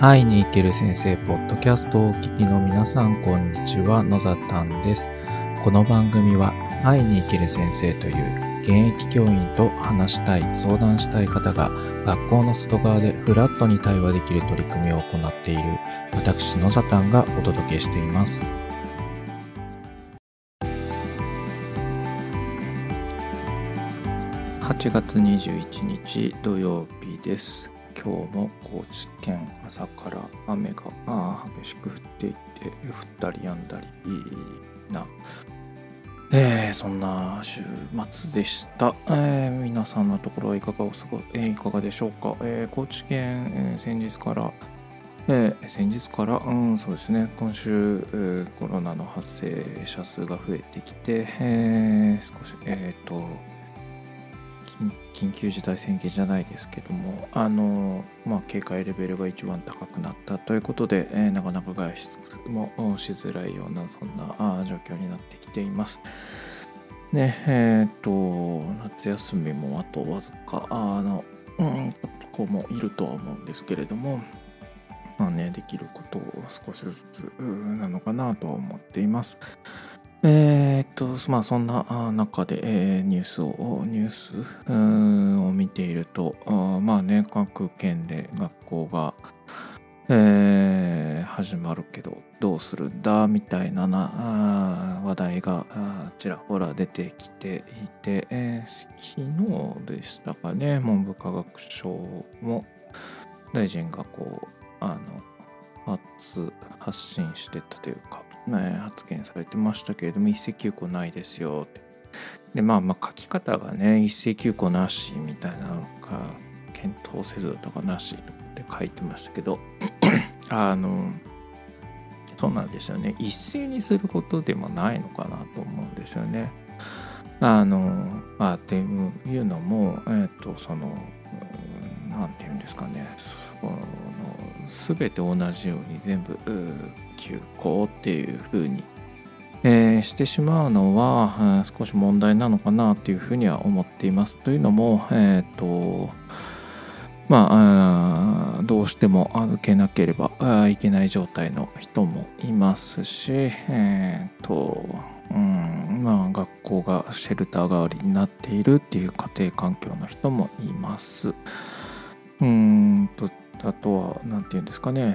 会いに行ける先生ポッドキャストをお聞きの皆さん、こんにちは。野ざたんです。この番組は会いに行ける先生という現役教員と話したい、相談したい方が学校の外側でフラットに対話できる取り組みを行っている私野ざたんがお届けしています。8月21日土曜日です。今日も高知県朝から雨が激しく降っていて、降ったり止んだりな、そんな週末でした。皆さんのところはいかがでしょうか。高知県、先日から、そうですね、今週、コロナの発生者数が増えてきて、少し緊急事態宣言じゃないですけども、警戒レベルが一番高くなったということで、なかなか外出もしづらいようなそんな状況になってきています。ね、夏休みもあとわずか子もいるとは思うんですけれども、できることを少しずつなのかなとは思っています。そんな中で、ニュースを見ていると、各県で学校が、始まるけどどうするんだみたいな話題がちらほら出てきていて、昨日でしたかね、文部科学省も大臣が発信してたというか、発言されてましたけれども、一斉休校ないですよって。で、書き方がね、一斉休校なしみたいなのか、検討せずとかなしって書いてましたけど、そうなんですよね。一斉にすることでもないのかなと思うんですよね。っていうのも、なんていうんですかね、すべて同じように全部休校っていう風に、してしまうのは少し問題なのかなというふうには思っています。というのも、どうしても預けなければいけない状態の人もいますし、学校がシェルター代わりになっているっていう家庭環境の人もいます。あとはなんていうんですかね、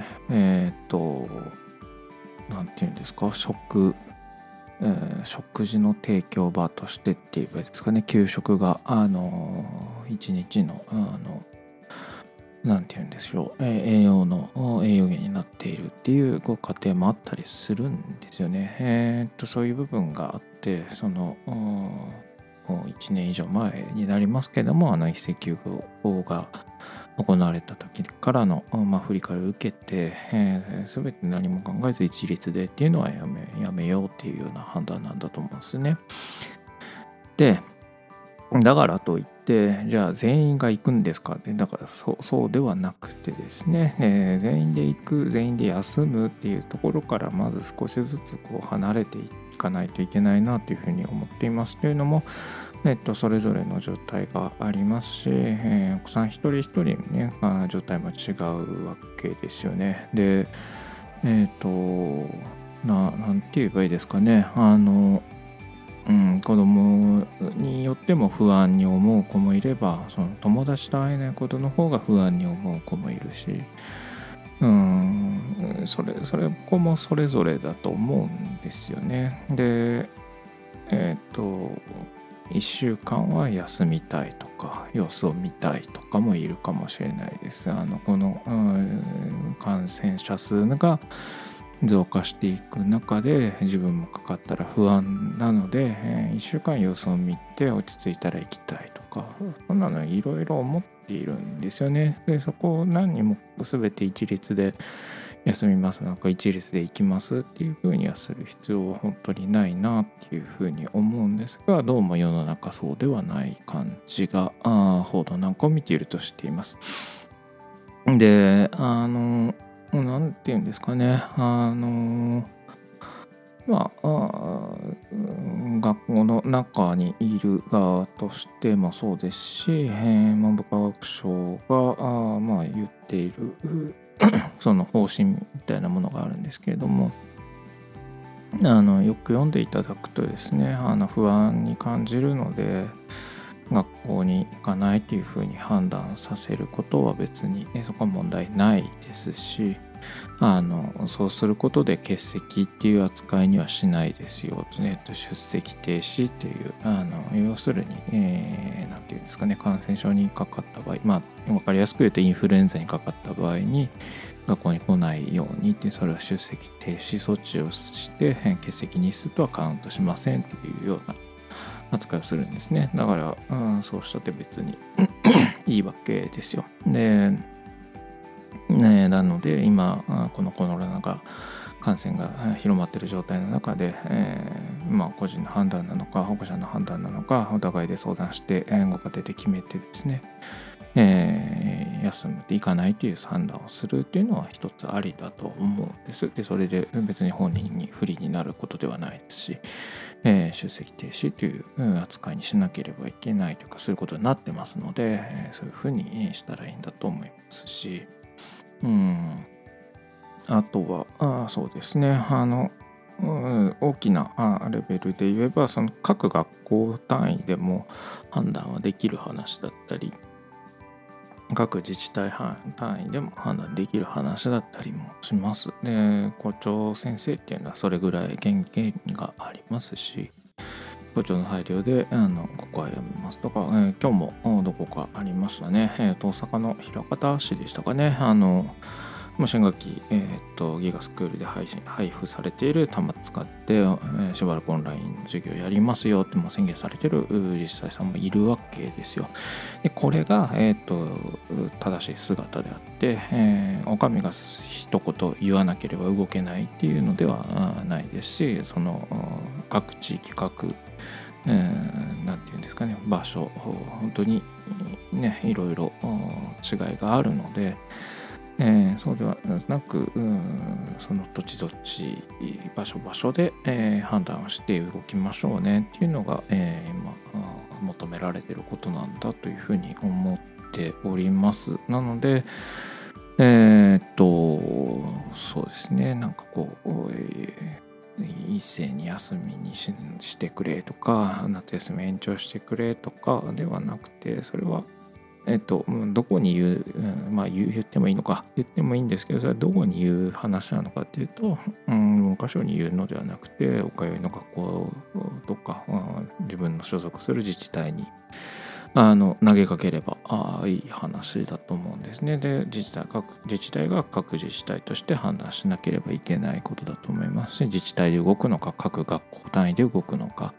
なんていうんですか、食事の提供場としてって言えばいいですかね、給食が一日のなんていうんでしょう、栄養源になっているっていうご家庭もあったりするんですよね。そういう部分があって、1年以上前になりますけども、一斉休校が行われた時からの、振り返りを受けて、全て何も考えず一律でっていうのはやめようっていうような判断なんだと思うんですね。で、だからといってじゃあ全員が行くんですかって、だからそうではなくてですね、全員で行く、全員で休むっていうところからまず少しずつ離れていかないといけないなというふうに思っています。というのも、それぞれの状態がありますし、お子さん一人一人ね、状態も違うわけですよね。で、なんて言えばいいですかね、子供によっても不安に思う子もいれば、その友達と会えないことの方が不安に思う子もいるし、それ子もそれぞれだと思うんですよね。で、1週間は休みたいとか様子を見たいとかもいるかもしれないです。この、感染者数が増加していく中で自分もかかったら不安なので、1週間様子を見て落ち着いたら行きたいとか、そんなのいろいろ思っているんですよね。でそこを何にも全て一律で休みますなんか一律で行きますっていう風にはする必要は本当にないなっていう風に思うんですが、どうも世の中そうではない感じが報道なんかを見ているとしています。で、なんていうんですかね、学校の中にいる側としてもそうですし、文部科学省が言っているその方針みたいなものがあるんですけれども、よく読んでいただくとですね、不安に感じるので学校に行かないというふうに判断させることは別に、そこは問題ないですし、そうすることで欠席っていう扱いにはしないですよとね、出席停止っていう要するに、なんていうんですかね、感染症にかかった場合、分かりやすく言うとインフルエンザにかかった場合に学校に来ないようにって、それは出席停止措置をして欠席日数とはカウントしませんというような扱いをするんですね。だから、そうしたって別にいいわけですよ。で、なので今このコロナが感染が広まっている状態の中で、個人の判断なのか保護者の判断なのかお互いで相談して、ご家庭で決めてですね、休むっていかないという判断をするっていうのは一つありだと思うんです。でそれで別に本人に不利になることではないですし、出席停止という扱いにしなければいけないというか、そういうことになってますので、そういうふうにしたらいいんだと思いますし、あとはそうですね、大きなレベルで言えば、その各学校単位でも判断はできる話だったり、各自治体単位でも判断できる話だったりもします。で、校長先生っていうのはそれぐらい権限がありますし、校長の裁量でここはやめますとか、今日もどこかありましたね。大阪の枚方市でしたかね。新学期、ギガスクールで配布されている端末使って、しばらくオンライン授業やりますよっても宣言されている自治体さんもいるわけですよ。でこれが、正しい姿であって、お上が一言言わなければ動けないっていうのではないですし、その各地域各なんていうんですかね、場所本当にねいろいろ違いがあるので、そうではなくその土地土地場所場所で、判断をして動きましょうねっていうのが、今求められていることなんだというふうに思っております。なのでそうですね、なんかこう、一斉に休みにしてくれとか、夏休み延長してくれとかではなくて、それはどこに言う、言ってもいいのか、言ってもいいんですけど、それはどこに言う話なのかっていうと、文科省に言うのではなくて、お通いの学校とか、自分の所属する自治体に投げかければいい話だと思うんですね。で、各自治体が各自治体として判断しなければいけないことだと思いますし、自治体で動くのか、各学校単位で動くのか、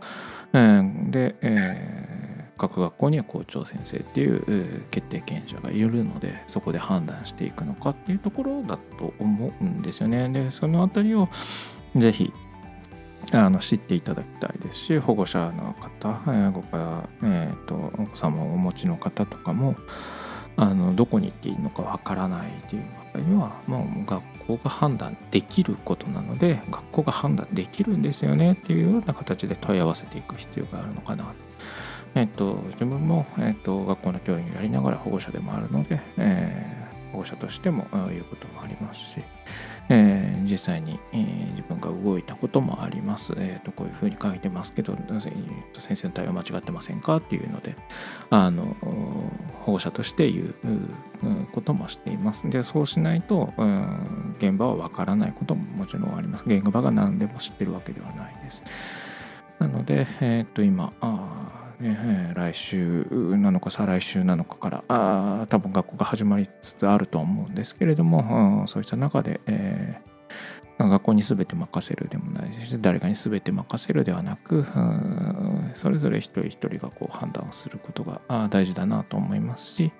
各学校には校長先生っていう決定権者がいるので、そこで判断していくのかっていうところだと思うんですよね。でそのあたりをぜひ知っていただきたいですし、保護者の方、お子様をお持ちの方とかもどこに行っていいのかわからないという場合には、もう学校が判断できることなので、学校が判断できるんですよねっていうような形で問い合わせていく必要があるのかな。自分も、学校の教員をやりながら保護者でもあるので、保護者としても言うこともありますし、実際に、自分が動いたこともあります。こういうふうに書いてますけど、先生の対応間違ってませんかっていうので、保護者として言うこともしています。で、そうしないと、現場はわからないことももちろんあります。現場が何でも知ってるわけではないです。なので、今来週なのか再来週なのかから多分学校が始まりつつあると思うんですけれども、そうした中で、学校に全て任せるでもないし、誰かに全て任せるではなく、それぞれ一人一人がこう判断をすることが大事だなと思いますし、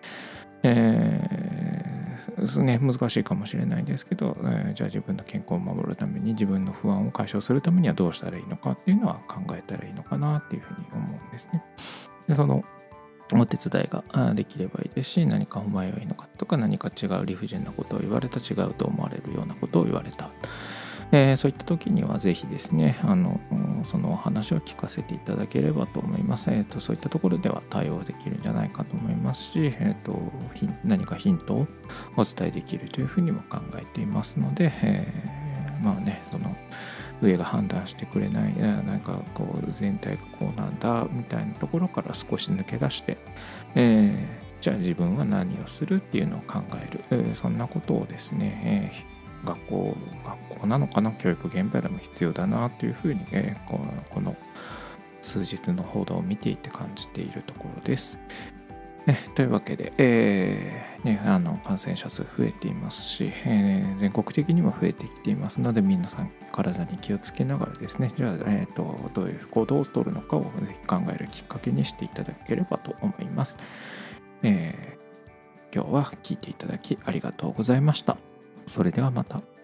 難しいかもしれないですけど、じゃあ自分の健康を守るために、自分の不安を解消するためにはどうしたらいいのかっていうのは考えたらいいのかなっていうふうに思うんですね。でそのお手伝いができればいいですし、何かお迷いのかとか、何か違う理不尽なことを言われた、違うと思われるようなことを言われた、 そういった時にはぜひですね、そのお話を聞かせていただければと思います。そういったところでは対応できるんじゃないかと思いますし、何かヒントをお伝えできるというふうにも考えていますので、まあね、その上が判断してくれない、なんかこう全体がこうなんだみたいなところから少し抜け出して、じゃあ自分は何をするっていうのを考える、そんなことをですね、学校なのかな、教育現場でも必要だなというふうに、この数日の報道を見ていて感じているところです。というわけで、感染者数増えていますし、全国的にも増えてきていますので、皆さん体に気をつけながらですね、じゃあ、どういう行動を取るのかをぜひ考えるきっかけにしていただければと思います。今日は聞いていただきありがとうございました。それではまた。